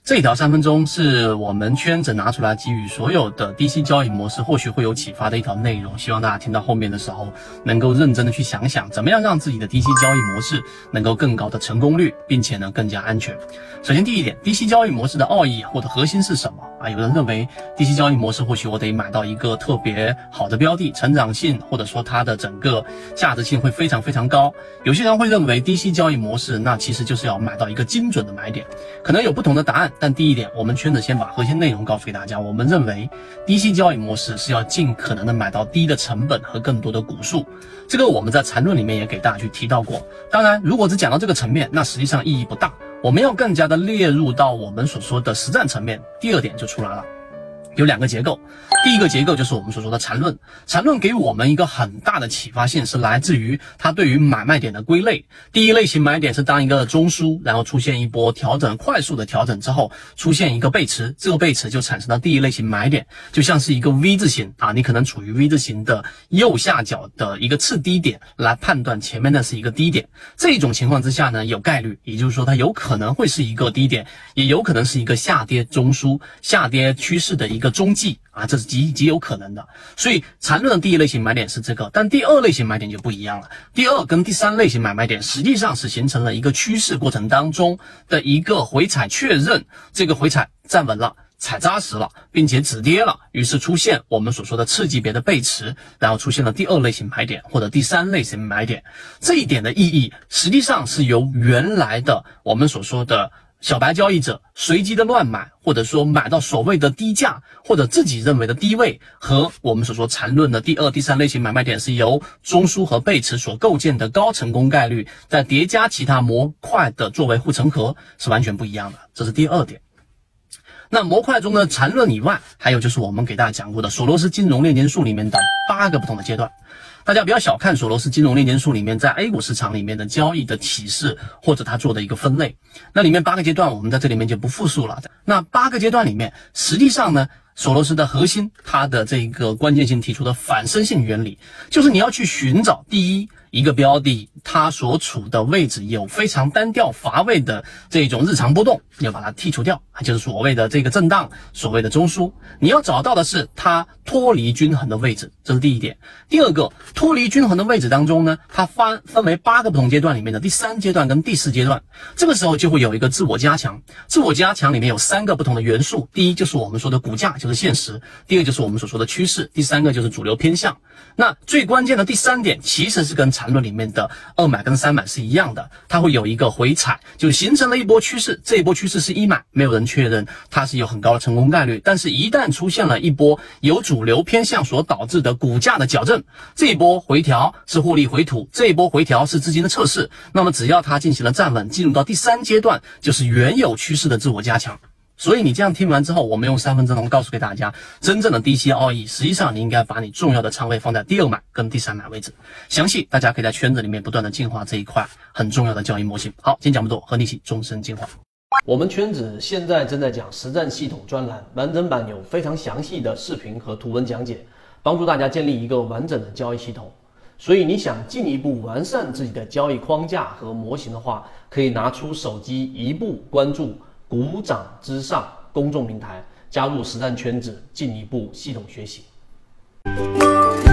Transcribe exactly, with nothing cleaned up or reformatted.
这一条三分钟是我们圈子拿出来给予所有的低息交易模式或许会有启发的一条内容，希望大家听到后面的时候能够认真的去想想，怎么样让自己的低息交易模式能够更高的成功率，并且呢更加安全。首先第一点，低息交易模式的奥义或者核心是什么啊？有人认为低息交易模式或许我得买到一个特别好的标的，成长性或者说它的整个价值性会非常非常高。有些人会认为低息交易模式那其实就是要买到一个精准的买点，可能有不同的答案。但第一点，我们圈子先把核心内容告诉给大家。我们认为低息交易模式是要尽可能的买到低的成本和更多的股数，这个我们在缠论里面也给大家去提到过。当然如果只讲到这个层面，那实际上意义不大，我们要更加的列入到我们所说的实战层面。第二点就出来了，有两个结构。第一个结构就是我们所说的缠论，缠论给我们一个很大的启发性，是来自于它对于买卖点的归类。第一类型买点是当一个中枢，然后出现一波调整，快速的调整之后出现一个背驰，这个背驰就产生了第一类型买点，就像是一个 V 字形啊，你可能处于 V 字形的右下角的一个次低点来判断前面的是一个低点。这种情况之下呢，有概率，也就是说它有可能会是一个低点，也有可能是一个下跌中枢，下跌趋势的一个中继啊，这是极极有可能的。所以缠论的第一类型买点是这个，但第二类型买点就不一样了。第二跟第三类型买卖点实际上是形成了一个趋势过程当中的一个回踩确认，这个回踩站稳了，踩扎实了，并且止跌了，于是出现我们所说的次级别的背驰，然后出现了第二类型买点或者第三类型买点。这一点的意义实际上是由原来的我们所说的小白交易者随机的乱买，或者说买到所谓的低价或者自己认为的低位，和我们所说缠论的第二、第三类型买卖点是由中枢和背驰所构建的高成功概率，再叠加其他模块的作为护城河，是完全不一样的。这是第二点。那模块中的缠论以外，还有就是我们给大家讲过的索罗斯金融链接术里面的八个不同的阶段。大家不要小看索罗斯金融链接术里面在 A 股市场里面的交易的启示，或者它做的一个分类。那里面八个阶段我们在这里面就不复述了。那八个阶段里面实际上呢，索罗斯的核心，它的这个关键性提出的反身性原理，就是你要去寻找第一一个标的它所处的位置有非常单调乏味的这种日常波动，你要把它剔除掉，就是所谓的这个震荡，所谓的中枢。你要找到的是它脱离均衡的位置，这是第一点。第二个，脱离均衡的位置当中呢，它分分为八个不同阶段里面的第三阶段跟第四阶段，这个时候就会有一个自我加强。自我加强里面有三个不同的元素，第一就是我们说的股价，就是现实；第二就是我们所说的趋势；第三个就是主流偏向。那最关键的第三点其实是跟缠论里面的二买跟三买是一样的，它会有一个回踩，就形成了一波趋势，这一波趋势是一买，没有人确认它是有很高的成功概率，但是一旦出现了一波由主流偏向所导致的股价的矫正，这一波回调是获利回吐，这一波回调是资金的测试，那么只要它进行了站稳，进入到第三阶段就是原有趋势的自我加强。所以你这样听完之后，我们用三分钟告诉给大家，真正的低息奥义，实际上你应该把你重要的仓位放在第二买跟第三买位置。详细大家可以在圈子里面不断的进化这一块很重要的交易模型。好，今天讲不多，和你一起终身进化。 我们圈子现在正在讲实战系统专栏，完整版有非常详细的视频和图文讲解，帮助大家建立一个完整的交易系统。所以你想进一步完善自己的交易框架和模型的话，可以拿出手机一步关注股掌之上公众平台，加入实战圈子，进一步系统学习。